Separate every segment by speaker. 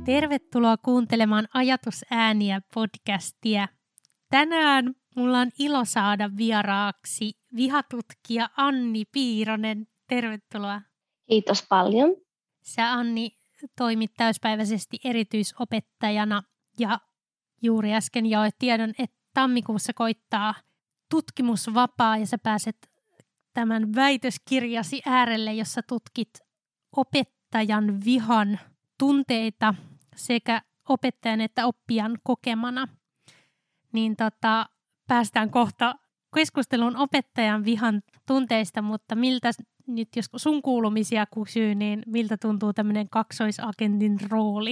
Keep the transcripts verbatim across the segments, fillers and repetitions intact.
Speaker 1: Tervetuloa kuuntelemaan Ajatusääniä podcastia. Tänään mulla on ilo saada vieraaksi vihatutkija Anni Piironen. Tervetuloa.
Speaker 2: Kiitos paljon.
Speaker 1: Sä, Anni, toimit täyspäiväisesti erityisopettajana ja juuri äsken jaoit tiedon, että tammikuussa koittaa tutkimusvapaa ja sä pääset tämän väitöskirjasi äärelle, jossa tutkit opettajan vihan tunteita sekä opettajan että oppijan kokemana. Niin tota, päästään kohta keskusteluun opettajan vihan tunteista, mutta miltä nyt, jos sun kuulumisia kysyy, niin miltä tuntuu tämmöinen kaksoisagentin rooli?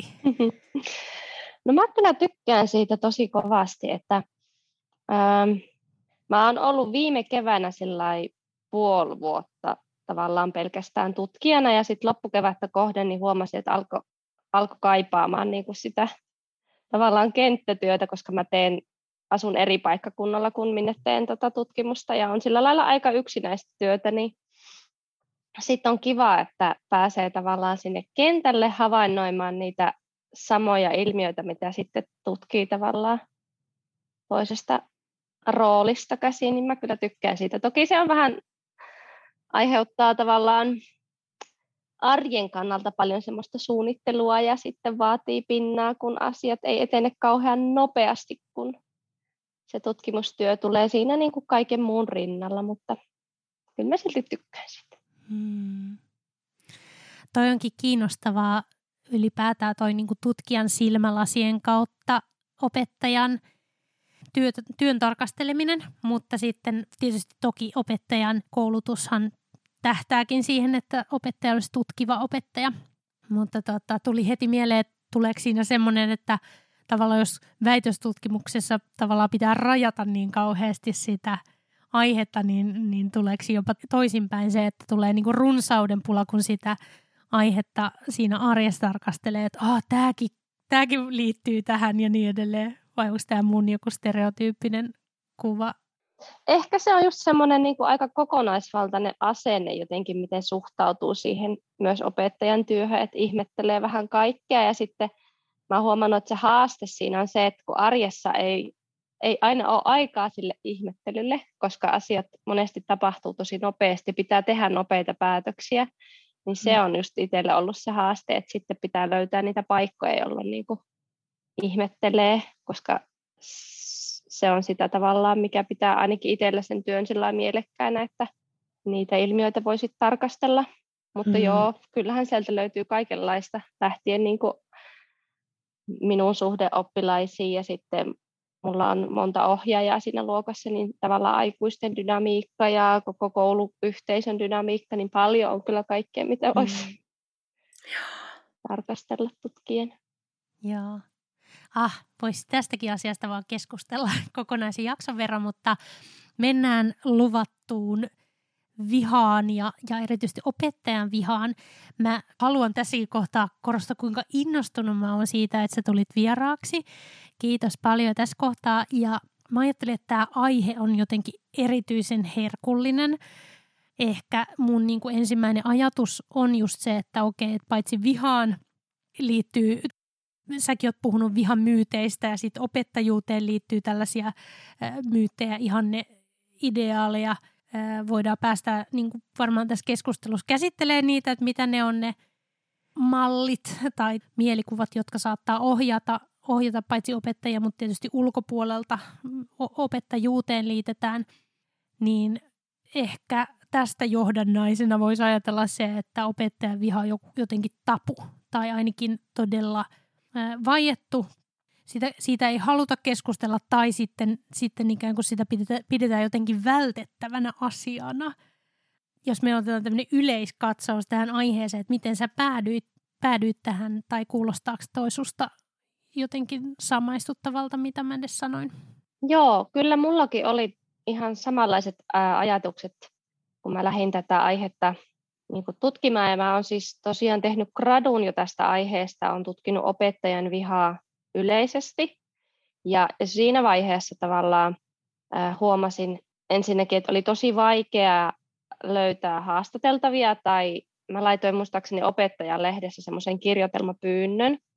Speaker 2: No mä kyllä tykkään siitä tosi kovasti, että ähm, mä oon ollut viime keväänä sillai puoli vuotta tavallaan pelkästään tutkijana ja sitten loppukevättä kohden niin huomasin, että alkoi alko kaipaamaan niin kuin sitä tavallaan kenttätyötä, koska mä teen, asun eri paikkakunnalla kuin minne teen tota tutkimusta ja on sillä lailla aika yksinäistä työtä, niin sitten on kiva, että pääsee tavallaan sinne kentälle havainnoimaan niitä samoja ilmiöitä, mitä sitten tutkii tavallaan toisesta roolista käsin, niin mä kyllä tykkään siitä. Toki se on vähän, aiheuttaa tavallaan arjen kannalta paljon semmoista suunnittelua ja sitten vaatii pinnaa, kun asiat ei etene kauhean nopeasti, kun se tutkimustyö tulee siinä niin kuin kaiken muun rinnalla, mutta kyllä mä silti tykkään siitä.
Speaker 1: Hmm. Toi onkin kiinnostavaa ylipäätään toi niin kuin tutkijan silmälasien kautta opettajan työ, työn tarkasteleminen, mutta sitten tietysti toki opettajan koulutushan tähtääkin siihen, että opettaja olisi tutkiva opettaja, mutta tota, tuli heti mieleen, että tuleeko siinä semmoinen, että tavallaan jos väitöstutkimuksessa tavallaan pitää rajata niin kauheasti sitä aihetta, niin, niin tuleeko jopa toisinpäin se, että tulee niin kuin runsauden pula, kun sitä aihetta siinä arjessa tarkastelee, että ah, tämäkin, tämäkin liittyy tähän ja niin edelleen, vai onko tämä mun joku stereotyyppinen kuva?
Speaker 2: Ehkä se on just semmoinen niin kuin aika kokonaisvaltainen asenne jotenkin, miten suhtautuu siihen myös opettajan työhön, että ihmettelee vähän kaikkea ja sitten mä oon huomannut, että se haaste siinä on se, että kun arjessa ei, ei aina ole aikaa sille ihmettelylle, koska asiat monesti tapahtuu tosi nopeasti, pitää tehdä nopeita päätöksiä, niin se on just itselle ollut se haaste, että sitten pitää löytää niitä paikkoja, jolloin niin kuin ihmettelee, koska se on sitä tavallaan, mikä pitää ainakin itsellä sen työn sillä mielekkäänä, että niitä ilmiöitä voi sitten tarkastella. Mutta mm-hmm. joo, kyllähän sieltä löytyy kaikenlaista lähtien niin kuin minun suhde oppilaisiin ja sitten mulla on monta ohjaajaa siinä luokassa, niin tavallaan aikuisten dynamiikka ja koko kouluyhteisön dynamiikka, niin paljon on kyllä kaikkea, mitä voisi mm. tarkastella tutkien.
Speaker 1: Joo. Ah, voisi tästäkin asiasta vaan keskustella kokonaisen jakson verran, mutta mennään luvattuun vihaan ja, ja erityisesti opettajan vihaan. Mä haluan tässä kohtaa korostaa, kuinka innostunut mä oon siitä, että sä tulit vieraaksi. Kiitos paljon tässä kohtaa. Ja mä ajattelin, että tämä aihe on jotenkin erityisen herkullinen. Ehkä mun niin kuin ensimmäinen ajatus on just se, että okei, että paitsi vihaan liittyy, säkin oot puhunut vihan myyteistä ja sitten opettajuuteen liittyy tällaisia myyttejä, ihanne ideaaleja. Voidaan päästä niin kuin varmaan tässä keskustelussa käsittelemään niitä, että mitä ne on ne mallit tai mielikuvat, jotka saattaa ohjata, ohjata paitsi opettajia, mutta tietysti ulkopuolelta opettajuuteen liitetään, niin ehkä tästä johdannaisena voisi ajatella se, että opettajan viha on jotenkin tapu tai ainakin todella vaiettu. Sitä, siitä ei haluta keskustella tai sitten, sitten ikään kuin sitä pidetään, pidetään jotenkin vältettävänä asiana. Jos me otetaan tämmöinen yleiskatsaus tähän aiheeseen, että miten sä päädyit, päädyit tähän tai kuulostaako toisusta jotenkin samaistuttavalta, mitä mä edes sanoin?
Speaker 2: Joo, kyllä mullakin oli ihan samanlaiset ää, ajatukset, kun mä lähdin tätä aihetta niin kuin tutkimaan. Ja mä oon siis tosiaan tehnyt gradun jo tästä aiheesta, olen tutkinut opettajan vihaa yleisesti. Ja siinä vaiheessa tavallaan äh, huomasin ensinnäkin, että oli tosi vaikeaa löytää haastateltavia, tai mä laitoin muistaakseni opettajan lehdessä semmoisen kirjoitelmapyynnön,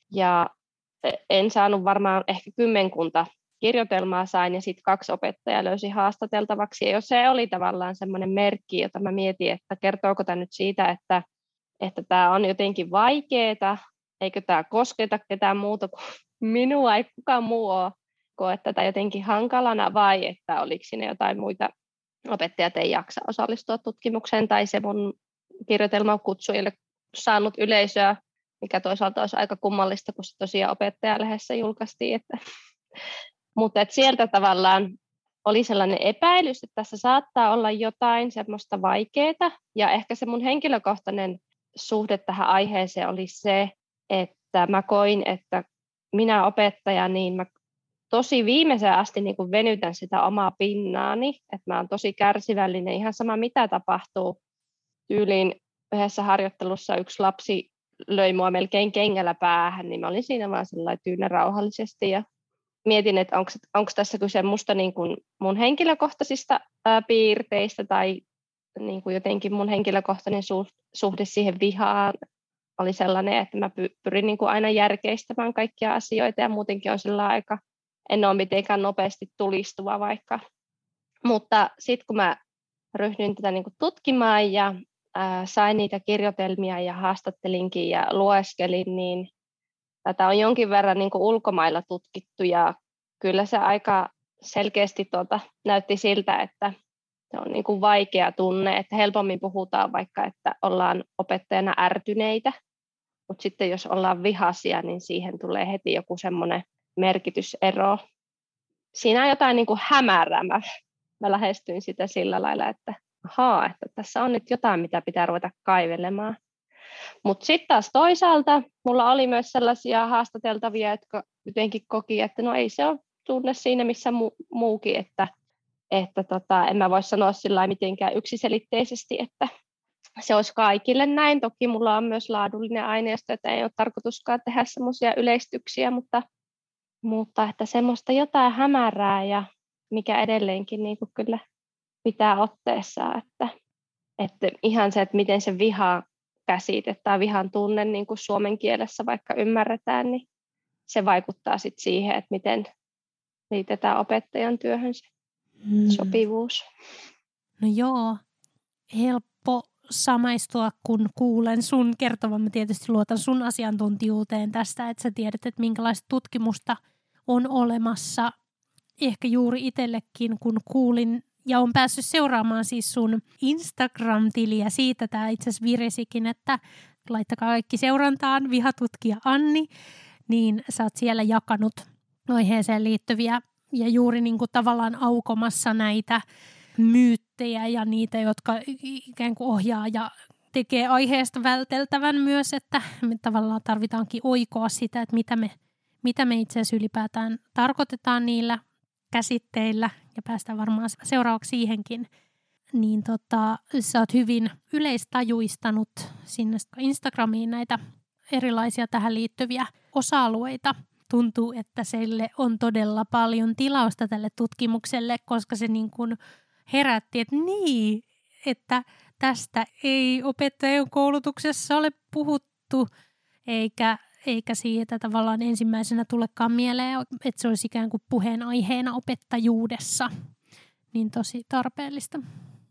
Speaker 2: Ja en saanut varmaan ehkä kymmenkunta kirjoitelmaa sain ja sitten kaksi opettajaa löysi haastateltavaksi. Ja jos se oli tavallaan semmoinen merkki, jota mä mietin, että kertooko tämä nyt siitä, että että tämä on jotenkin vaikeaa, eikö tämä kosketa ketään muuta kuin minua, ei kukaan muu ole koe tätä jotenkin hankalana, vai että oliko siinä jotain muita opettajat ei jaksa osallistua tutkimukseen, tai se mun kirjoitelman kutsu ei ole saanut yleisöä, mikä toisaalta olisi aika kummallista, kun se tosiaan opettajalehdessä julkaistiin. Että. Mutta et sieltä tavallaan oli sellainen epäilys, että tässä saattaa olla jotain semmoista vaikeaa, ja ehkä se mun henkilökohtainen suhde tähän aiheeseen oli se, että mä koin, että minä opettaja, niin mä tosi viimeiseen asti niin kuin venytän sitä omaa pinnaani, että mä oon tosi kärsivällinen, ihan sama mitä tapahtuu. Tyyliin yhdessä harjoittelussa yksi lapsi löi mua melkein kengällä päähän, niin mä olin siinä vaan sellainen tyynen rauhallisesti ja mietin, että onko tässä kyse musta niin kuin mun henkilökohtaisista ää, piirteistä tai niin kuin jotenkin mun henkilökohtainen suhde siihen vihaan oli sellainen, että mä pyrin niin kuin aina järkeistämään kaikkia asioita ja muutenkin on sellainen aika, en ole mitenkään nopeasti tulistuva vaikka. Mutta sitten kun mä ryhdyin tätä niin kuin tutkimaan ja ää, sain niitä kirjoitelmia ja haastattelinkin ja lueskelin, niin tätä on jonkin verran niin kuin ulkomailla tutkittu ja kyllä se aika selkeästi tuota, näytti siltä, että se on niin kuin vaikea tunne, että helpommin puhutaan vaikka, että ollaan opettajana ärtyneitä, mutta sitten jos ollaan vihaisia, niin siihen tulee heti joku semmoinen merkitysero. Siinä on jotain niin kuin hämärää. Mä, mä lähestyin sitä sillä lailla, että ahaa, että tässä on nyt jotain, mitä pitää ruveta kaivelemaan. Mutta sitten taas toisaalta mulla oli myös sellaisia haastateltavia, jotka jotenkin koki, että no ei se ole tunne siinä missä mu- muukin, että Että tota, en mä voi sanoa sillä mitenkään yksiselitteisesti, että se olisi kaikille näin. Toki mulla on myös laadullinen aineisto, että ei ole tarkoituskaan tehdä semmoisia yleistyksiä, mutta, mutta että semmoista jotain hämärää ja mikä edelleenkin niin kuin kyllä pitää otteessa, että, että ihan se, että miten se viha käsite tai vihan tunne niin kuin suomen kielessä vaikka ymmärretään, niin se vaikuttaa sitten siihen, että miten liitetään opettajan työhön se hmm. sopivuus.
Speaker 1: No joo, helppo samaistua, kun kuulen sun kertovan. Mä tietysti luotan sun asiantuntijuuteen tästä, että sä tiedät, että minkälaista tutkimusta on olemassa. Ehkä juuri itsellekin, kun kuulin ja on päässyt seuraamaan siis sun Instagram-tiliä. Siitä tämä itse asiassa viresikin, että laittakaa kaikki seurantaan, vihatutkija Anni, niin sä oot siellä jakanut aiheeseen liittyviä ja juuri niin kuin tavallaan aukomassa näitä myyttejä ja niitä, jotka ikään kuin ohjaa ja tekee aiheesta välteltävän myös, että me tavallaan tarvitaankin oikoa sitä, että mitä me, mitä me itse asiassa ylipäätään tarkoitetaan niillä käsitteillä ja päästään varmaan seuraavaksi siihenkin. Niin tota, sä oot hyvin yleistajuistanut sinne Instagramiin näitä erilaisia tähän liittyviä osa-alueita. Tuntuu, että sille on todella paljon tilausta tälle tutkimukselle, koska se niin kuin herätti, että niin, että tästä ei opettajan koulutuksessa ole puhuttu, eikä, eikä siitä tavallaan ensimmäisenä tulekaan mieleen, että se olisi ikään kuin puheenaiheena opettajuudessa. Niin tosi tarpeellista.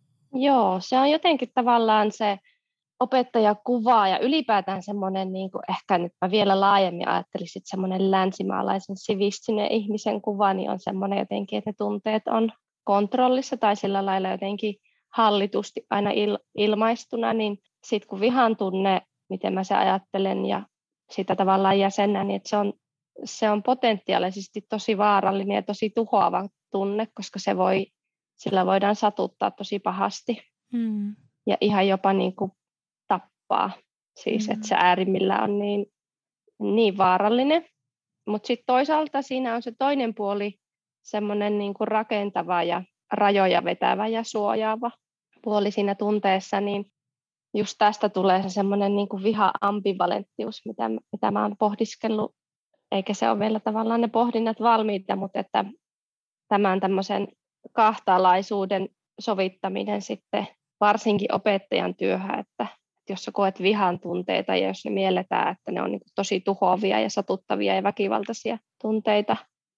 Speaker 2: Joo, se on jotenkin tavallaan se opettajakuva ja ylipäätään semmoinen, niin kuin ehkä nyt mä vielä laajemmin ajattelisin, että semmoinen länsimaalaisen sivistyneen ihmisen kuva, niin on semmoinen jotenkin, että ne tunteet on kontrollissa tai sillä lailla jotenkin hallitusti aina il- ilmaistuna, niin sitten kun vihan tunne, miten mä se ajattelen ja sitä tavallaan jäsennän, niin että se on, se on potentiaalisesti tosi vaarallinen ja tosi tuhoava tunne, koska se voi, sillä voidaan satuttaa tosi pahasti hmm. ja ihan jopa niin kuin tappaa. Siis hmm. että se äärimmillä on niin, niin vaarallinen. Mutta sitten toisaalta siinä on se toinen puoli, semmoinen niin kuin rakentava ja rajoja vetävä ja suojaava puoli siinä tunteessa, niin just tästä tulee se semmoinen niin kuin viha-ambivalenttius, mitä, mitä mä oon pohdiskellut, eikä se ole vielä tavallaan ne pohdinnat valmiita, mutta että tämän tämmöisen kahtalaisuuden sovittaminen sitten varsinkin opettajan työhön, että jos sä koet vihan tunteita ja jos ne mielletään, että ne on niin kuin tosi tuhoavia ja satuttavia ja väkivaltaisia tunteita,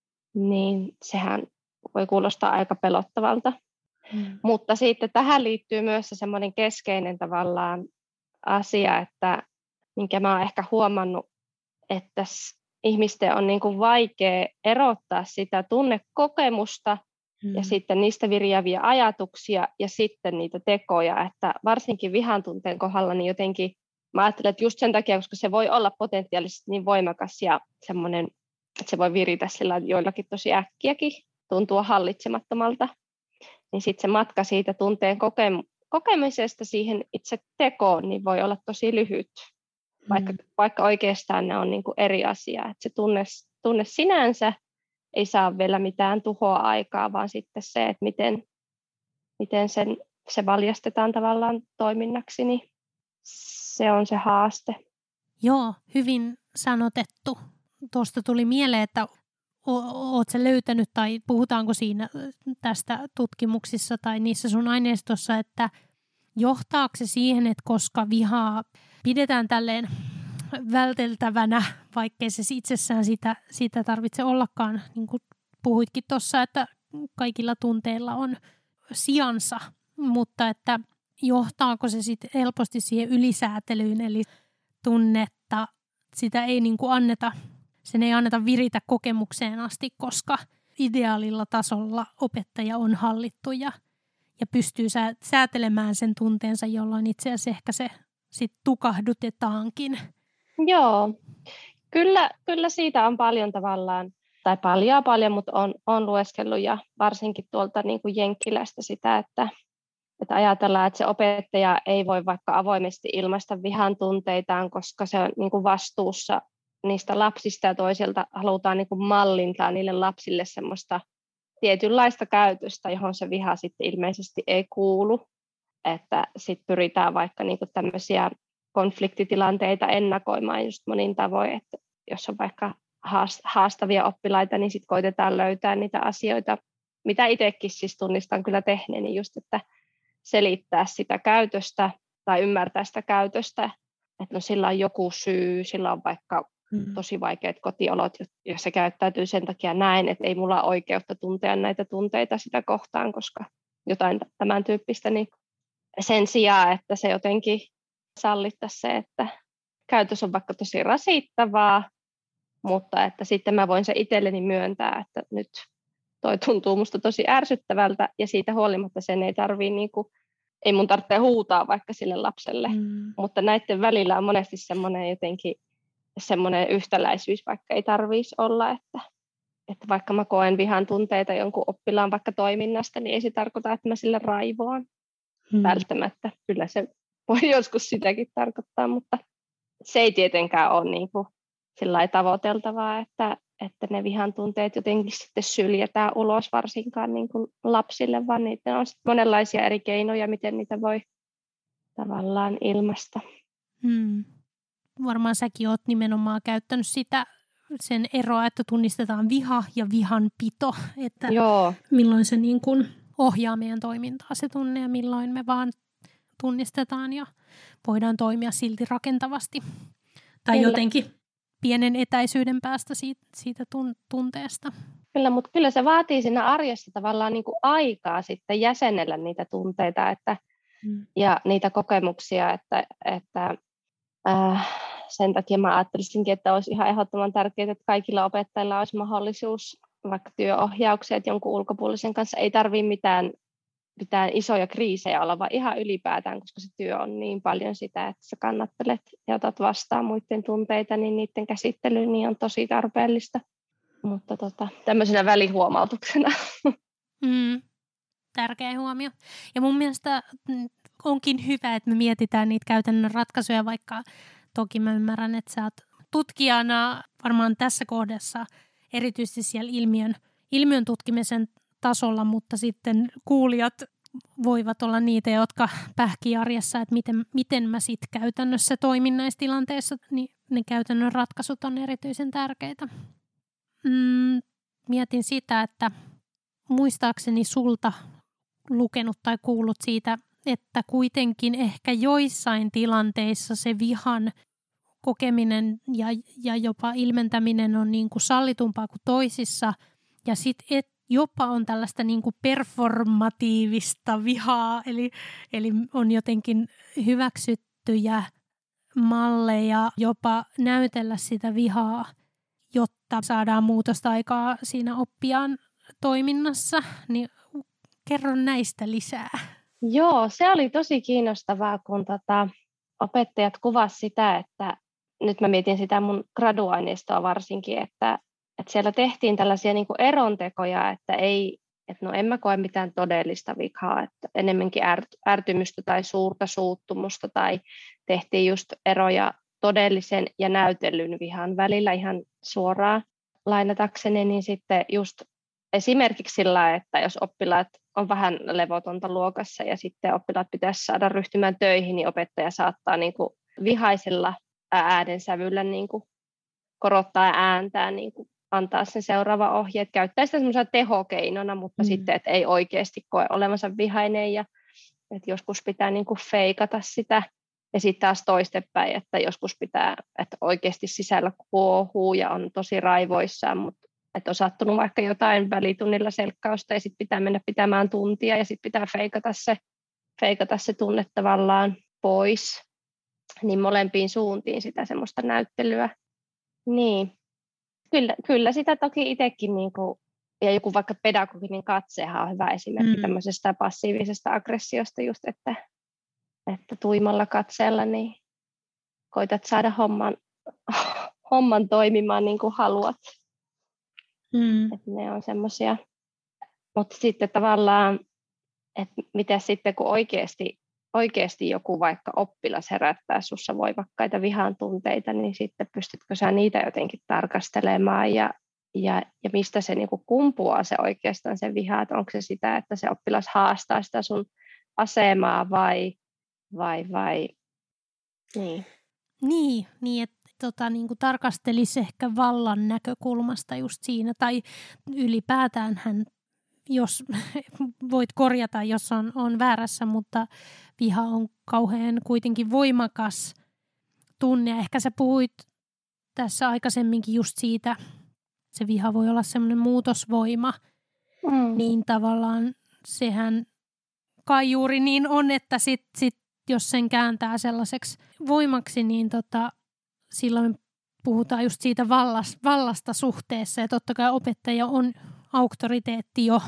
Speaker 2: niin sehän voi kuulostaa aika pelottavalta.
Speaker 1: Mm.
Speaker 2: Mutta sitten tähän liittyy myös se semmoinen keskeinen tavallaan asia, että minkä mä oon ehkä huomannut, että ihmisten on niin kuin vaikea erottaa sitä tunnekokemusta mm. ja sitten niistä viriäviä ajatuksia ja sitten niitä tekoja, että varsinkin vihan tunteen kohdalla niin jotenkin mä ajattelen, että just sen takia, koska se voi olla potentiaalisesti niin voimakas ja semmoinen, että se voi viritä sillä joillakin tosi äkkiäkin, tuntua hallitsemattomalta, niin sitten se matka siitä tunteen kokem- kokemisesta siihen itse tekoon niin voi olla tosi lyhyt. Vaikka, mm. vaikka oikeastaan ne on niin kuin eri asia. Että se tunne, tunne sinänsä ei saa vielä mitään tuhoa aikaa, vaan sitten se, että miten, miten sen, se valjastetaan tavallaan toiminnaksi, niin se on se haaste.
Speaker 1: Joo, hyvin sanotettu. Tuosta tuli mieleen, että oletko löytänyt tai puhutaanko siinä tästä tutkimuksissa tai niissä sun aineistossa, että johtaako se siihen, että koska vihaa pidetään tälleen välteltävänä, vaikkei se itsessään sitä, sitä tarvitse ollakaan, niin kuin puhuitkin tuossa, että kaikilla tunteilla on sijansa, mutta että johtaako se sitten helposti siihen ylisäätelyyn, eli tunnetta, sitä ei niin kuin anneta, sen ei anneta viritä kokemukseen asti, koska ideaalilla tasolla opettaja on hallittu ja, ja pystyy sä, säätelemään sen tunteensa, jolloin itse asiassa ehkä se sitten tukahdutetaankin.
Speaker 2: Joo, kyllä, kyllä siitä on paljon tavallaan, tai paljon paljon, mutta on, on lueskellut ja varsinkin tuolta niin kuin Jenkkilästä sitä, että, että ajatellaan, että se opettaja ei voi vaikka avoimesti ilmaista vihan tunteitaan, koska se on niin kuin vastuussa niistä lapsista ja toisilta halutaan niin kuin mallintaa niille lapsille semmoista tietynlaista käytöstä, johon se viha sitten ilmeisesti ei kuulu, että sitten pyritään vaikka niin kuin tämmöisiä konfliktitilanteita ennakoimaan just monin tavoin, että jos on vaikka haastavia oppilaita, niin sitten koitetaan löytää niitä asioita, mitä itsekin siis tunnistan kyllä tehneeni, just että selittää sitä käytöstä tai ymmärtää sitä käytöstä, että no sillä on joku syy, sillä on vaikka mm. tosi vaikeat kotiolot, jos se käyttäytyy sen takia näin, että ei mulla ole oikeutta tuntea näitä tunteita sitä kohtaan, koska jotain tämän tyyppistä, niin sen sijaan, että se jotenkin sallittaisi se, että käytös on vaikka tosi rasittavaa, mutta että sitten mä voin se itselleni myöntää, että nyt toi tuntuu musta tosi ärsyttävältä ja siitä huolimatta sen ei tarvii niinku, ei mun tarvitse huutaa vaikka sille lapselle, mm. mutta näiden välillä on monesti semmoinen jotenkin semmoinen yhtäläisyys, vaikka ei tarvitsisi olla, että, että vaikka mä koen vihan tunteita jonkun oppilaan vaikka toiminnasta, niin ei se tarkoita, että mä sille raivoan mm. välttämättä. Kyllä se voi joskus sitäkin tarkoittaa, mutta se ei tietenkään ole niin kuin sillä tavoiteltavaa, että, että ne vihan tunteet jotenkin sitten syljetään ulos varsinkaan niin kuin lapsille, vaan niitä on monenlaisia eri keinoja, miten niitä voi tavallaan ilmaista.
Speaker 1: Hmm. Varmaan säkin oot nimenomaan käyttänyt sitä, sen eroa, että tunnistetaan viha ja vihanpito, että
Speaker 2: Joo.
Speaker 1: milloin se niin kuin ohjaa meidän toimintaa se tunne ja milloin me vaan tunnistetaan ja voidaan toimia silti rakentavasti. Tai kyllä. Jotenkin pienen etäisyyden päästä siitä, siitä tunteesta.
Speaker 2: Kyllä, mutta kyllä se vaatii siinä arjessa tavallaan niin kuin aikaa sitten jäsenellä niitä tunteita että, mm. ja niitä kokemuksia, että, että äh, sen takia mä ajattelisinkin, että olisi ihan ehdottoman tärkeää, että kaikilla opettajilla olisi mahdollisuus vaikka työohjaukseen, että jonkun ulkopuolisen kanssa ei tarvitse mitään mitään isoja kriisejä olla, vaan ihan ylipäätään, koska se työ on niin paljon sitä, että sä kannattelet ja otat vastaan muiden tunteita, niin niiden käsittely niin on tosi tarpeellista. Mutta tota, tämmöisenä välihuomautuksena.
Speaker 1: Mm, tärkeä huomio. Ja mun mielestä onkin hyvä, että me mietitään niitä käytännön ratkaisuja, vaikka toki mä ymmärrän, että sä oot tutkijana varmaan tässä kohdassa, erityisesti siellä ilmiön, ilmiön tutkimisen tasolla, mutta sitten kuulijat voivat olla niitä, jotka pähkii arjessa, että miten, miten mä sitten käytännössä toimin näissä tilanteissa, niin ne käytännön ratkaisut on erityisen tärkeitä. Mm, mietin sitä, että muistaakseni sulta lukenut tai kuullut siitä että kuitenkin ehkä joissain tilanteissa se vihan kokeminen ja, ja jopa ilmentäminen on niin kuin sallitumpaa kuin toisissa. Ja sitten jopa on tällaista niin kuin performatiivista vihaa, eli, eli on jotenkin hyväksyttyjä malleja jopa näytellä sitä vihaa, jotta saadaan muutosta aikaa siinä oppijan toiminnassa. Niin kerro näistä lisää.
Speaker 2: Joo, se oli tosi kiinnostavaa, kun tota, opettajat kuvasivat sitä, että nyt mä mietin sitä mun graduaineistoa varsinkin, että, että siellä tehtiin tällaisia niin kuin erontekoja, että ei, että no en mä koe mitään todellista vihaa, että enemmänkin ärtymystä tai suurta suuttumusta, tai tehtiin just eroja todellisen ja näytellyn vihan välillä ihan suoraan lainatakseni, niin sitten just esimerkiksi sillä, että jos oppilaat on vähän levotonta luokassa ja sitten oppilaat pitäisi saada ryhtymään töihin, niin opettaja saattaa niin kuin vihaisella äänensävyllä niin kuin korottaa ääntään, niin kuin antaa sen seuraava ohje, että käyttää sitä semmoisena tehokeinona, mutta mm. sitten, että ei oikeasti koe olevansa vihainen ja että joskus pitää niin kuin feikata sitä. Ja sitten taas toistepäin, että joskus pitää, että oikeasti sisällä kuohuu ja on tosi raivoissaan, mutta että on sattunut vaikka jotain välitunnilla selkkausta ja sitten pitää mennä pitämään tuntia ja sitten pitää feikata se, feikata se tunne tavallaan pois. Niin molempiin suuntiin sitä semmoista näyttelyä. Niin, kyllä, kyllä sitä toki itsekin, niin kuin, ja joku vaikka pedagoginen katsehan on hyvä esimerkki mm. tämmöisestä passiivisesta aggressiosta just, että, että tuimalla katseella niin koitat saada homman, homman toimimaan niin kuin haluat. Mm. Että ne on semmoisia. Mutta sitten tavallaan, että mitä sitten kun oikeasti, oikeasti joku vaikka oppilas herättää sussa voimakkaita vihan tunteita, niin sitten pystytkö sä niitä jotenkin tarkastelemaan ja, ja, ja mistä se niinku kumpuaa se oikeastaan se viha, että onko se sitä, että se oppilas haastaa sitä sun asemaa vai, vai, vai niin.
Speaker 1: Niin, niin että tota, niin kuin tarkastelisi ehkä vallan näkökulmasta just siinä, tai ylipäätään hän, jos voit korjata, jos on, on väärässä, mutta viha on kauhean kuitenkin voimakas tunne. Ehkä sä puhuit tässä aikaisemminkin just siitä, se viha voi olla semmoinen muutosvoima, mm. niin tavallaan sehän kai juuri niin on, että sit, sit, jos sen kääntää sellaiseksi voimaksi, niin tota, silloin puhutaan just siitä vallas, vallasta suhteessa, ja totta kai opettaja on auktoriteetti jo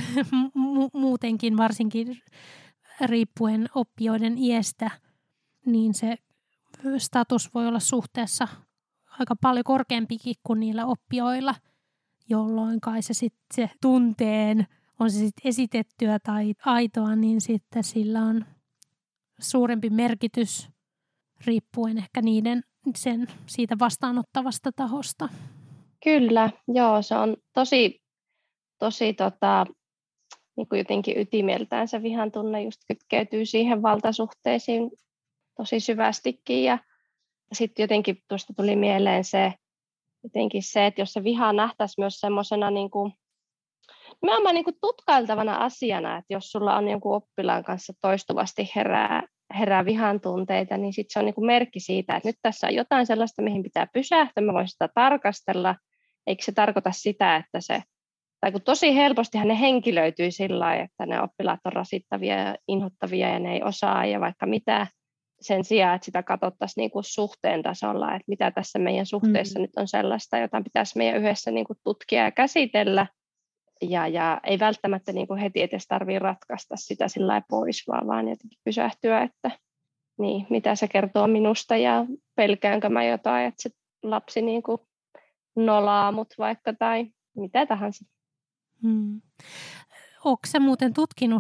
Speaker 1: mu- muutenkin, varsinkin riippuen oppijoiden iästä, niin se status voi olla suhteessa aika paljon korkeampikin kuin niillä oppijoilla, jolloin kai se sitten se tunteen, on se sitten esitettyä tai aitoa, niin sitten sillä on suurempi merkitys riippuen ehkä niiden sen siitä vastaanottavasta tahosta.
Speaker 2: Kyllä, joo, se on tosi, tosi tota, niin kuin jotenkin ytimeltään se vihan tunne just kytkeytyy siihen valtasuhteisiin tosi syvästikin. Ja sitten jotenkin tuosta tuli mieleen se, jotenkin se, että jos se viha nähtäisi myös semmoisena niin kuin, nimenomaan niin kuin tutkailtavana asiana, että jos sulla on jonkun oppilaan kanssa toistuvasti herää, herää vihan tunteita, niin sitten se on niin kuin merkki siitä, että nyt tässä on jotain sellaista, mihin pitää pysähtyä, mä voin sitä tarkastella, eikö se tarkoita sitä, että se, tai kun tosi helpostihan ne henkilöityy sillä lailla, että ne oppilaat on rasittavia ja inhottavia ja ne ei osaa ja vaikka mitä, sen sijaan, että sitä katsottaisiin niin kuin suhteen tasolla, että mitä tässä meidän suhteessa mm. nyt on sellaista, jota pitäisi meidän yhdessä niin kuin tutkia ja käsitellä, ja, ja ei välttämättä niin kuin heti edes tarvitse ratkaista sitä sillä lailla pois, vaan, vaan jotenkin pysähtyä, että niin, mitä se kertoo minusta ja pelkäänkö mä jotain, että se lapsi niin kuin nolaa mut vaikka tai mitä tahansa.
Speaker 1: Hmm. Onko se muuten tutkinut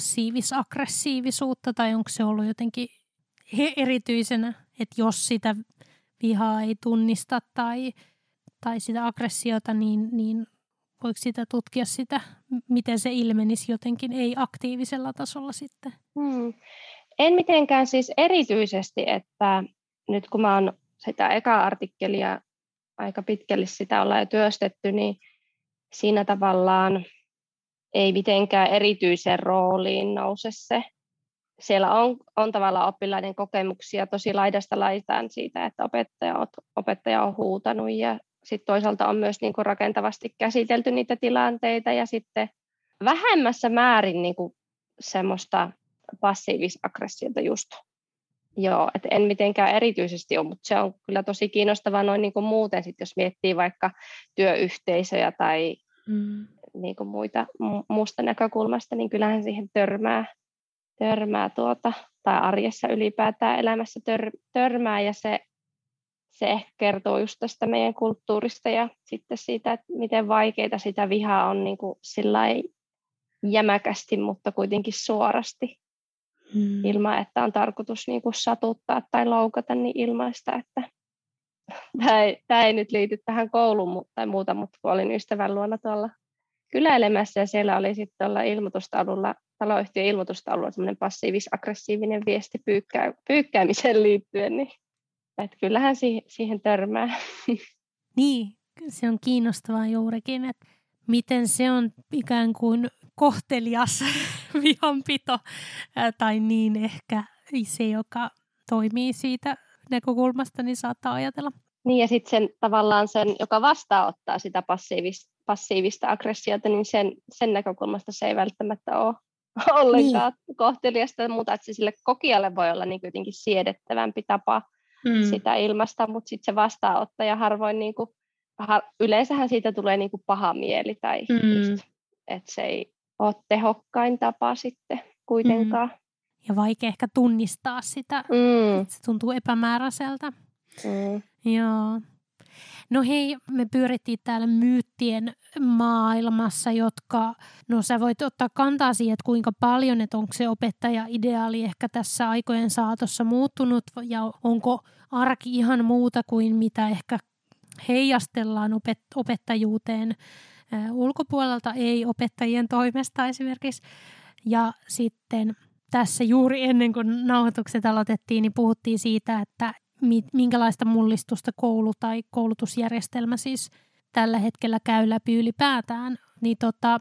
Speaker 1: passiivis-aggressiivisuutta tai onko se ollut jotenkin erityisenä, että jos sitä vihaa ei tunnista tai, tai sitä aggressiota, niin, niin voiko sitä tutkia sitä, miten se ilmenisi jotenkin ei-aktiivisella tasolla sitten?
Speaker 2: Hmm. En mitenkään siis erityisesti, että nyt kun mä oon sitä eka artikkelia aika pitkälle sitä ollaan jo työstetty, niin siinä tavallaan ei mitenkään erityiseen rooliin nouse se siellä on, on tavallaan oppilaiden kokemuksia tosi laidasta laitaan siitä, että opettaja on, opettaja on huutanut ja sitten toisaalta on myös niin kuin rakentavasti käsitelty niitä tilanteita ja sitten vähemmässä määrin niin kuin semmoista passiivis-aggressiota just. Joo, että en mitenkään erityisesti ole, mutta se on kyllä tosi kiinnostavaa noin niin kuin muuten, sit jos miettii vaikka työyhteisöjä tai mm. niin kuin muita muusta näkökulmasta, niin kyllähän siihen törmää, törmää tuota, tai arjessa ylipäätään elämässä tör, törmää, ja se, se ehkä kertoo just tästä meidän kulttuurista ja sitten siitä, että miten vaikeita sitä vihaa on niin kuin sillai jämäkästi, mutta kuitenkin suorasti. Hmm. Ilman, että on tarkoitus niin kuin satuttaa tai loukata, niin ilmaista, että tämä ei, tämä ei nyt liity tähän kouluun tai muuta, mutta kun olin ystävän luona tuolla kyläilemässä ja siellä oli sitten tuolla ilmoitustaululla, taloyhtiön ilmoitustaululla semmoinen passiivis-aggressiivinen viesti pyykkä, pyykkäämiseen liittyen, niin että kyllähän siihen, siihen törmää.
Speaker 1: Niin, se on kiinnostavaa juurikin, että miten se on ikään kuin kohtelias vihanpito, tai niin ehkä se, joka toimii siitä näkökulmasta, niin saattaa ajatella.
Speaker 2: Niin, ja sitten sen tavallaan sen, joka vastaanottaa sitä passiivista, passiivista aggressiota, niin sen, sen näkökulmasta se ei välttämättä ole ollenkaan niin kohteliasta, mutta että se sille kokijalle voi olla niin jotenkin siedettävämpi tapa mm. sitä ilmasta, mutta sitten se vastaanottaja harvoin, niin kuin, yleensähän siitä tulee niin kuin paha mieli, tai mm. just, että se ei ole tehokkain tapa sitten kuitenkaan. Mm.
Speaker 1: Ja vaikea ehkä tunnistaa sitä, mm. se tuntuu epämääräiseltä. Mm. Joo. No hei, me pyörittiin täällä myyttien maailmassa, jotka, no sä voit ottaa kantaa siihen, että kuinka paljon, että onko se opettaja-ideaali ehkä tässä aikojen saatossa muuttunut ja onko arki ihan muuta kuin mitä ehkä heijastellaan opet- opettajuuteen ää, ulkopuolelta, ei opettajien toimesta esimerkiksi. Ja sitten tässä juuri ennen kuin nauhoitukset aloitettiin, niin puhuttiin siitä, että minkälaista mullistusta koulu tai koulutusjärjestelmä siis tällä hetkellä käy läpi ylipäätään. Niin tota,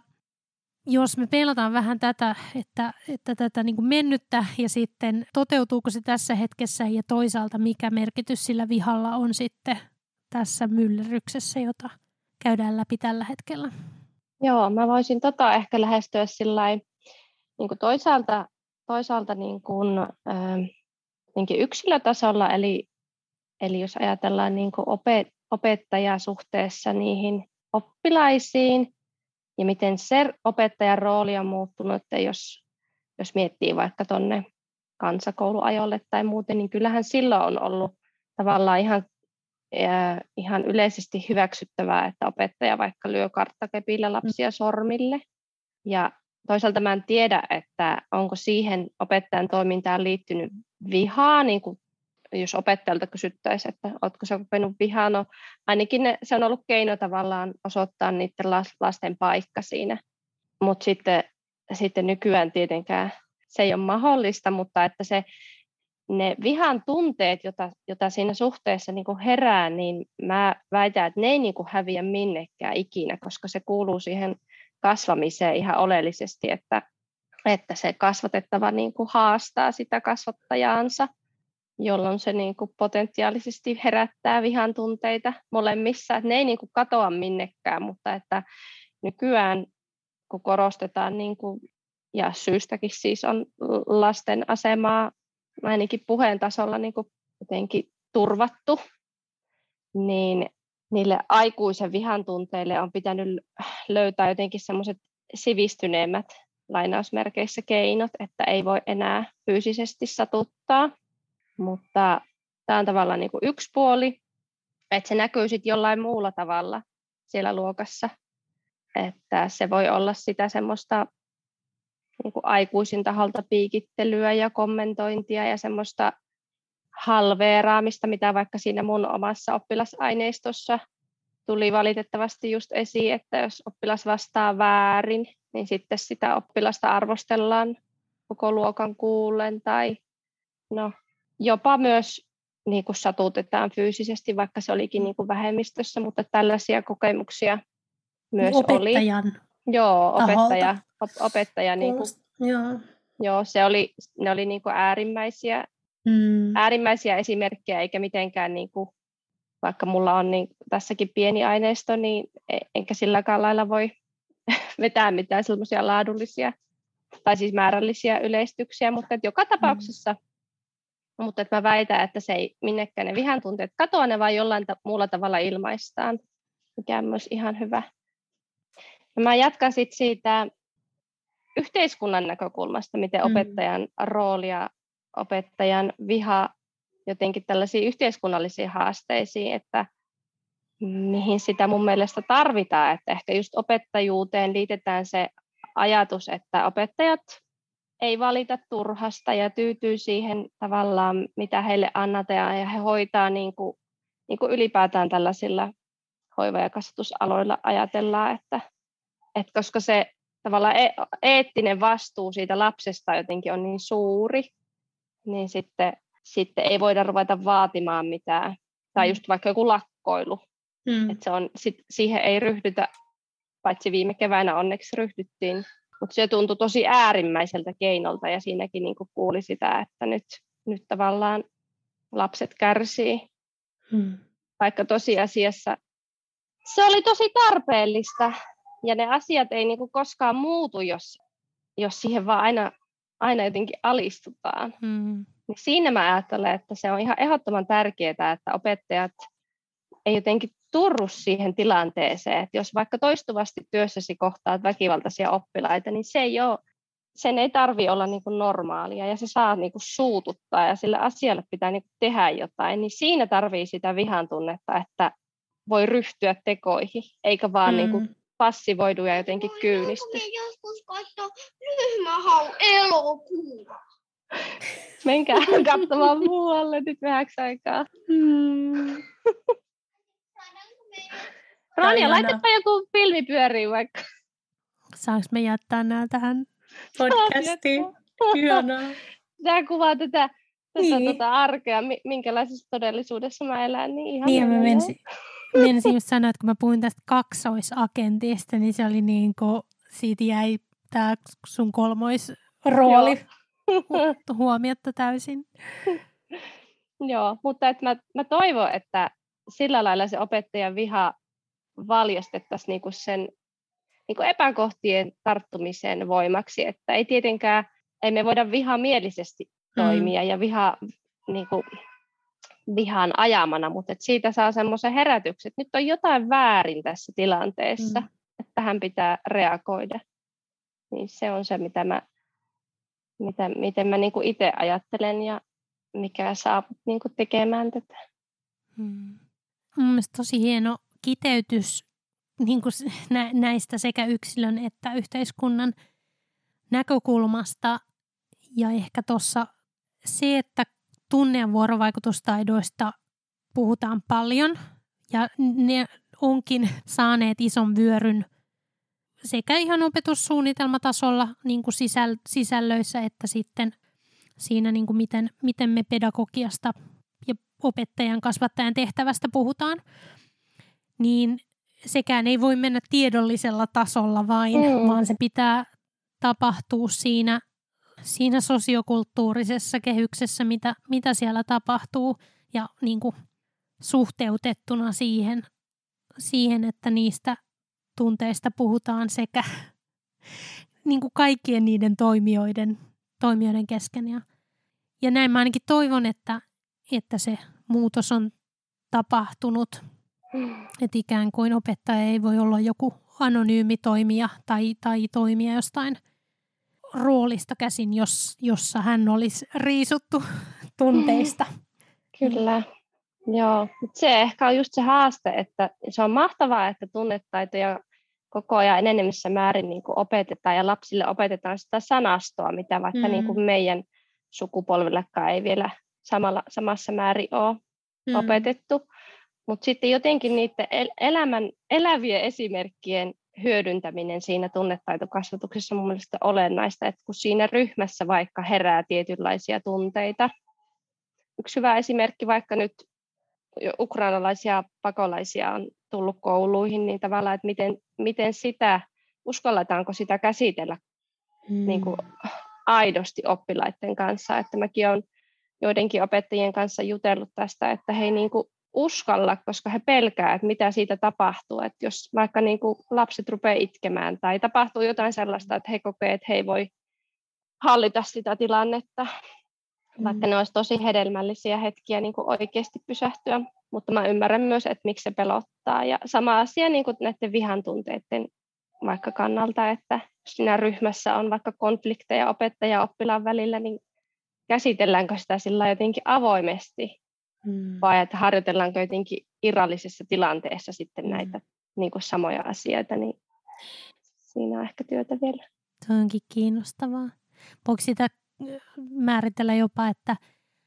Speaker 1: jos me peilataan vähän tätä, että, että tätä niin kuin mennyttä ja sitten toteutuuko se tässä hetkessä ja toisaalta mikä merkitys sillä vihalla on sitten tässä myllerryksessä, jota käydään läpi tällä hetkellä.
Speaker 2: Joo, mä voisin tota ehkä lähestyä sillain, niin kuin toisaalta, toisaalta niin kuin, äh, yksilötasolla, eli, eli jos ajatellaan niin kuin opet, opettajaa suhteessa niihin oppilaisiin, ja miten se opettajan rooli on muuttunut, että jos, jos miettii vaikka tuonne kansakouluajolle tai muuten, niin kyllähän silloin on ollut tavallaan ihan, äh, ihan yleisesti hyväksyttävää, että opettaja vaikka lyö karttakepillä lapsia sormille. Ja toisaalta mä en tiedä, että onko siihen opettajan toimintaan liittynyt vihaa, niin kuin jos opettajalta kysyttäisiin, että oletko sä kokenut vihaa, no ainakin ne, se on ollut keino tavallaan osoittaa niiden lasten paikka siinä, mutta sitten, sitten nykyään tietenkään se ei ole mahdollista, mutta että se, ne vihan tunteet, jota, jota siinä suhteessa niin kuin herää, niin mä väitän, että ne ei niin kuin häviä minnekään ikinä, koska se kuuluu siihen kasvamiseen ihan oleellisesti, että, että se kasvatettava niin kuin haastaa sitä kasvattajaansa, jolloin se niin kuin potentiaalisesti herättää vihan tunteita molemmissa. Että ne ei niin kuin katoa minnekään, mutta että nykyään kun korostetaan, niin kuin, ja syystäkin siis on lasten asemaa ainakin puheen tasolla niin kuin jotenkin turvattu, niin niille aikuisen vihan tunteille on pitänyt löytää jotenkin semmoiset sivistyneemmät lainausmerkeissä keinot, että ei voi enää fyysisesti satuttaa. Mutta tämä on tavallaan niin kuin yksi puoli, että se näkyy sitten jollain muulla tavalla siellä luokassa. Että se voi olla sitä semmoista niin kuin aikuisin taholta piikittelyä ja kommentointia ja semmoista halveeraamista, mitä vaikka siinä mun omassa oppilasaineistossa tuli valitettavasti just esiin, että jos oppilas vastaa väärin, niin sitten sitä oppilasta arvostellaan koko luokan kuullen tai no, jopa myös niin kuin satutetaan fyysisesti, vaikka se olikin niin kuin vähemmistössä, mutta tällaisia kokemuksia myös
Speaker 1: opettajan
Speaker 2: oli. Joo, opettaja, op, opettaja niin kuin,
Speaker 1: joo.
Speaker 2: joo, se oli, ne oli niin kuin äärimmäisiä,
Speaker 3: Mm.
Speaker 2: äärimmäisiä esimerkkejä, eikä mitenkään, niin kuin, vaikka mulla on niin, tässäkin pieni aineisto, niin e- enkä silläkään lailla voi vetää mitään sellaisia laadullisia tai siis määrällisiä yleistyksiä, mutta että joka tapauksessa, mm. mutta että mä väitän, että se ei minnekään ne vihan tunteet katoa, ne vaan jollain ta- muulla tavalla ilmaistaan, mikä on myös ihan hyvä. Ja mä jatkan sitten siitä yhteiskunnan näkökulmasta, miten mm. opettajan rooli ja opettajan viha jotenkin tällaisiin yhteiskunnallisiin haasteisiin, että mihin sitä mun mielestä tarvitaan, että ehkä just opettajuuteen liitetään se ajatus, että opettajat ei valita turhasta ja tyytyy siihen tavallaan, mitä heille annetaan, ja he hoitaa niin kuin, niin kuin ylipäätään tällaisilla hoiva- ja kasvatusaloilla ajatellaan, että, että koska se tavallaan e- eettinen vastuu siitä lapsesta jotenkin on niin suuri, niin sitten, sitten ei voida ruveta vaatimaan mitään, tai just vaikka joku lakkoilu, mm. että se on, sit, siihen ei ryhdytä, paitsi viime keväänä onneksi ryhdyttiin, mutta se tuntui tosi äärimmäiseltä keinolta, ja siinäkin niin kuin kuuli sitä, että nyt, nyt tavallaan lapset kärsii, mm. vaikka tosiasiassa se oli tosi tarpeellista, ja ne asiat ei niin kuin koskaan muutu, jos, jos siihen vaan aina, aina jotenkin alistutaan. Mm. Niin siinä mä ajattelen, että se on ihan ehdottoman tärkeää, että opettajat ei jotenkin turru siihen tilanteeseen, että jos vaikka toistuvasti työssäsi kohtaat väkivaltaisia oppilaita, niin se ei ole, sen ei tarvitse olla niin kuin normaalia, ja se saa niin kuin suututtaa, ja sille asialle pitää niin kuin tehdä jotain, niin siinä tarvii sitä vihan tunnetta, että voi ryhtyä tekoihin, eikä vaan mm. niin kuin passivoidu ja jotenkin kyynisty.
Speaker 4: Joskus katsoa ryhmähau elokuva.
Speaker 2: Menkää katsomaan muualle nyt vähäksi aikaa. Mm. Ronja, laitapa joku filmi pyöriin vaikka.
Speaker 1: Saanko me jättää nämä tähän
Speaker 3: podcastiin? Ihanaa.
Speaker 2: Tämä kuvaa tätä, tätä niin. tuota arkea, minkälaisessa todellisuudessa mä elän. Niin, ihan
Speaker 1: niin mä menisin, menisin just sanoa, että kun mä puhuin tästä kaksoisagentista, niin se oli niin kuin, siitä jäi tämä sun kolmoisrooli huomiotta täysin.
Speaker 2: Joo, mutta että mä, mä toivon, että sillä lailla se opettajan viha valjastettaisiin niinku sen niinku epäkohtien tarttumisen voimaksi, että ei tietenkään, ei me voida vihamielisesti toimia mm. ja viha, niinku, vihan ajamana, mutta et siitä saa semmoisen herätyksen, että nyt on jotain väärin tässä tilanteessa, mm. että tähän pitää reagoida. Niin se on se, mitä mä, mitä, miten mä niinku itse ajattelen ja mikä saa niinku tekemään tätä.
Speaker 1: Mm. Mun mielestä tosi hieno kiteytys niin kuin näistä sekä yksilön että yhteiskunnan näkökulmasta. Ja ehkä tuossa se, että tunne- ja vuorovaikutustaidoista puhutaan paljon ja ne onkin saaneet ison vyöryn sekä ihan opetussuunnitelmatasolla niin kuin sisäl- sisällöissä että sitten siinä, niin kuin miten, miten me pedagogiasta ja opettajan kasvattajan tehtävästä puhutaan, niin sekään ei voi mennä tiedollisella tasolla vain, mm. vaan se pitää tapahtua siinä, siinä sosiokulttuurisessa kehyksessä, mitä, mitä siellä tapahtuu, ja niin kuin suhteutettuna siihen, siihen, että niistä tunteista puhutaan sekä niin kuin kaikkien niiden toimijoiden, toimijoiden kesken. Ja, ja näin mä ainakin toivon, että, että se muutos on tapahtunut. Että ikään kuin opettaja ei voi olla joku anonyymi toimija tai, tai toimija jostain roolista käsin, jos, jossa hän olisi riisuttu tunteista.
Speaker 2: Kyllä, joo. Se ehkä on just se haaste, että se on mahtavaa, että tunnetaitoja koko ajan enenevissä määrin niin kuin opetetaan ja lapsille opetetaan sitä sanastoa, mitä vaikka mm. niin kuin meidän sukupolvellekaan ei vielä samalla, samassa määrin ole mm. opetettu. Mutta sitten jotenkin niiden elämän, elävien esimerkkien hyödyntäminen siinä tunnetaitokasvatuksessa on mun mielestä olennaista, että kun siinä ryhmässä vaikka herää tietynlaisia tunteita. Yksi hyvä esimerkki, vaikka nyt ukrainalaisia pakolaisia on tullut kouluihin, niin tavallaan, että miten, miten sitä, uskalletaanko sitä käsitellä mm. niin kuin aidosti oppilaiden kanssa. Että mäkin olen joidenkin opettajien kanssa jutellut tästä, että he ei niin kuin uskalla, koska he pelkää, että mitä siitä tapahtuu. Että jos vaikka niin kuin lapset rupeaa itkemään tai tapahtuu jotain sellaista, että he kokee, että he ei voi hallita sitä tilannetta, mm. vaikka ne olisi tosi hedelmällisiä hetkiä niin kuin oikeasti pysähtyä. Mutta mä ymmärrän myös, että miksi se pelottaa. Ja sama asia niin kuin näiden vihan tunteiden vaikka kannalta, että jos siinä ryhmässä on vaikka konflikteja opettaja ja oppilaan välillä, niin käsitelläänkö sitä sillä jotenkin avoimesti mm. vai että harjoitellaanko jotenkin irrallisessa tilanteessa sitten mm. näitä niin kuin samoja asioita, niin siinä on ehkä työtä vielä.
Speaker 1: Tuo onkin kiinnostavaa. Voiko sitä määritellä jopa, että,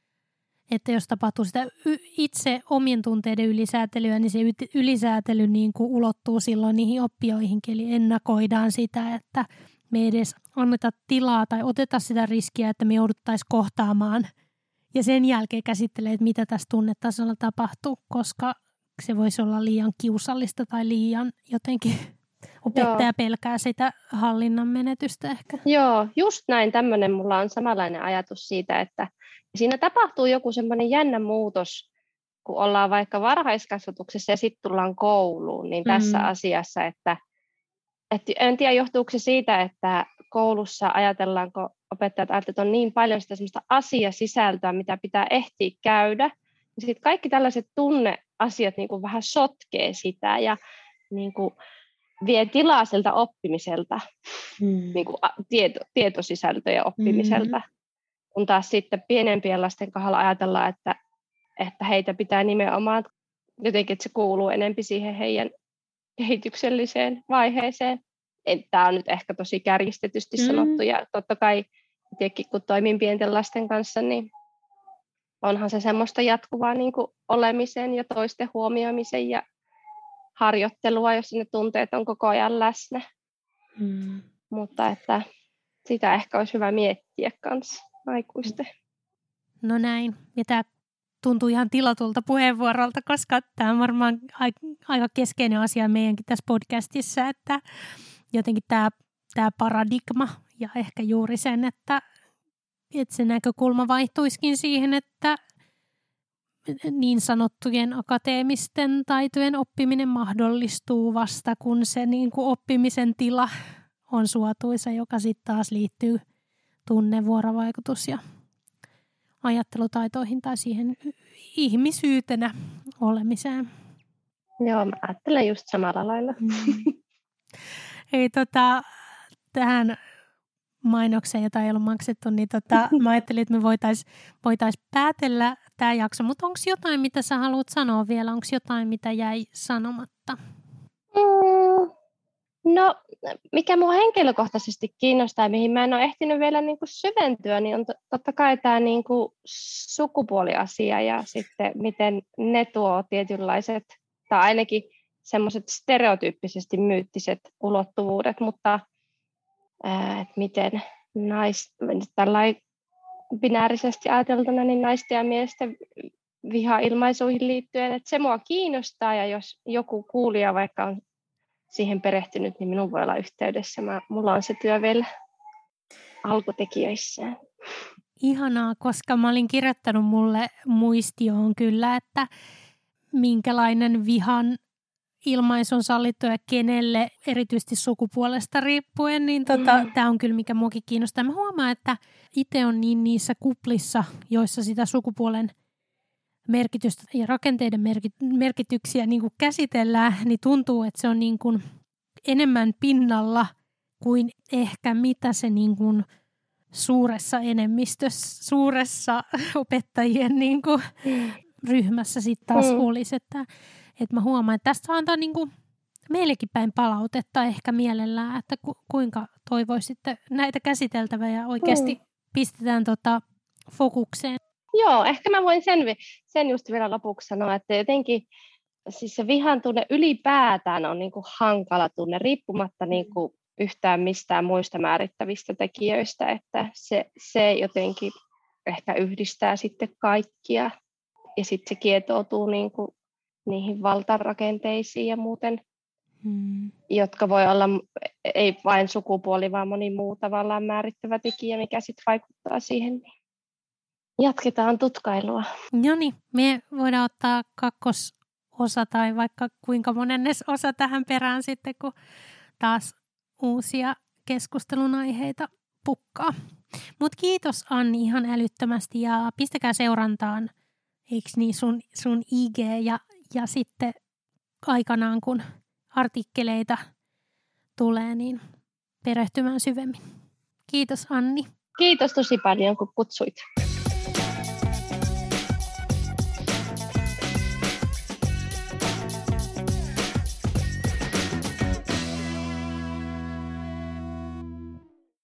Speaker 1: että jos tapahtuu sitä itse omien tunteiden ylisäätelyä, niin se ylisäätely niin kuin ulottuu silloin niihin oppijoihinkin, eli ennakoidaan sitä, että me ei edes anneta tilaa tai oteta sitä riskiä, että me jouduttaisiin kohtaamaan ja sen jälkeen käsittelee, että mitä tässä tunnetasolla tapahtuu, koska se voisi olla liian kiusallista tai liian jotenkin opettaja Joo. pelkää sitä hallinnan menetystä ehkä.
Speaker 2: Joo, just näin. Tämmöinen mulla on samanlainen ajatus siitä, että siinä tapahtuu joku semmoinen jännä muutos, kun ollaan vaikka varhaiskasvatuksessa ja sitten tullaan kouluun, niin tässä mm. asiassa, että Et en tiedä, johtuuko se siitä, että koulussa ajatellaanko opettajat ajattelee, että on niin paljon sitä semmoista asiasisältöä, mitä pitää ehtiä käydä. Ja sitten kaikki tällaiset tunneasiat niin kuin vähän sotkee sitä ja niin kuin vie tilaa siltä oppimiselta, mm. niin kuin tieto, tietosisältöjen oppimiselta. Mm. Kun taas sitten pienempien lasten kohdalla ajatellaan, että, että heitä pitää nimenomaan jotenkin, että se kuuluu enemmän siihen heidän kehitykselliseen vaiheeseen. Tämä on nyt ehkä tosi kärjistetysti mm. sanottu, ja totta kai tietenkin kun toimin pienten lasten kanssa, niin onhan se semmoista jatkuvaa niin kuin olemisen ja toisten huomioimisen ja harjoittelua, jos ne tunteet on koko ajan läsnä. Mm. Mutta että sitä ehkä olisi hyvä miettiä kanssa aikuisten.
Speaker 1: No näin. Ja tämä tuntuu ihan tilatulta puheenvuorolta, koska tämä on varmaan aika keskeinen asia meidänkin tässä podcastissa, että jotenkin tämä, tämä paradigma ja ehkä juuri sen, että, että se näkökulma vaihtuisikin siihen, että niin sanottujen akateemisten taitojen oppiminen mahdollistuu vasta, kun se niin kuin oppimisen tila on suotuisa, joka sitten taas liittyy tunne, vuorovaikutus ja ajattelutaitoihin tai siihen ihmisyytenä olemiseen.
Speaker 2: Joo, mä ajattelen just samalla lailla. Mm.
Speaker 1: Hei, tota, tähän mainokseen, jota ei ollut maksettu, niin tota, mä ajattelin, että me voitaisiin voitais päätellä tämä jakso, mutta onko jotain, mitä sä haluat sanoa vielä? Onko jotain, mitä jäi sanomatta?
Speaker 2: Mm, no, mikä mua henkilökohtaisesti kiinnostaa, mihin mä en ole ehtinyt vielä niin kuin syventyä, niin on totta kai tämä niin kuin sukupuoliasia ja sitten miten ne tuo tietynlaiset, tai ainakin semmoiset stereotyyppisesti myyttiset ulottuvuudet, mutta ää, että miten nais, tällainen binäärisesti ajateltuna niin naisten ja miesten vihailmaisuihin liittyen, että se mua kiinnostaa ja jos joku kuulija vaikka on siihen perehtynyt, niin minun voi olla yhteydessä. Mä, mulla on se työ vielä alkutekijöissään.
Speaker 1: Ihanaa, koska mä olin kirjoittanut mulle muistioon kyllä, että minkälainen vihan ilmaisu on sallittu ja kenelle, erityisesti sukupuolesta riippuen, niin tota, mm. tämä on kyllä mikä muakin kiinnostaa. Mä huomaan, että itse on niin niissä kuplissa, joissa sitä sukupuolen merkitystä ja rakenteiden merkityksiä niin kuin käsitellään, niin tuntuu, että se on niin kuin enemmän pinnalla kuin ehkä mitä se niin kuin suuressa enemmistössä, suuressa opettajien niin kuin ryhmässä sitten taas mm. olisi. Että, että mä huomaan, että tästä antaa niin kuin meillekin päin palautetta ehkä mielellään, että ku, kuinka toivoisitte näitä käsiteltävää ja oikeasti mm. pistetään tota fokukseen.
Speaker 2: Joo, ehkä mä voin sen, sen just vielä lopuksi sanoa, että jotenkin siis se vihan tunne ylipäätään on niin kuin hankala tunne, riippumatta niin kuin yhtään mistään muista määrittävistä tekijöistä, että se, se jotenkin ehkä yhdistää sitten kaikkia ja sitten se kietoutuu niin kuin niihin valtarakenteisiin ja muuten
Speaker 1: Mm.
Speaker 2: jotka voi olla ei vain sukupuoli, vaan moni muu tavallaan määrittävä tekijä, mikä sitten vaikuttaa siihen. Jatketaan tutkailua.
Speaker 1: No niin, me voidaan ottaa kakkososa tai vaikka kuinka monennes osa tähän perään sitten, kun taas uusia keskustelun aiheita pukkaa. Mutta kiitos Anni ihan älyttömästi ja pistäkää seurantaan, eikö niin, sun, sun I G ja, ja sitten aikanaan kun artikkeleita tulee, niin perehtymään syvemmin. Kiitos Anni.
Speaker 2: Kiitos tosi paljon, kun kutsuit.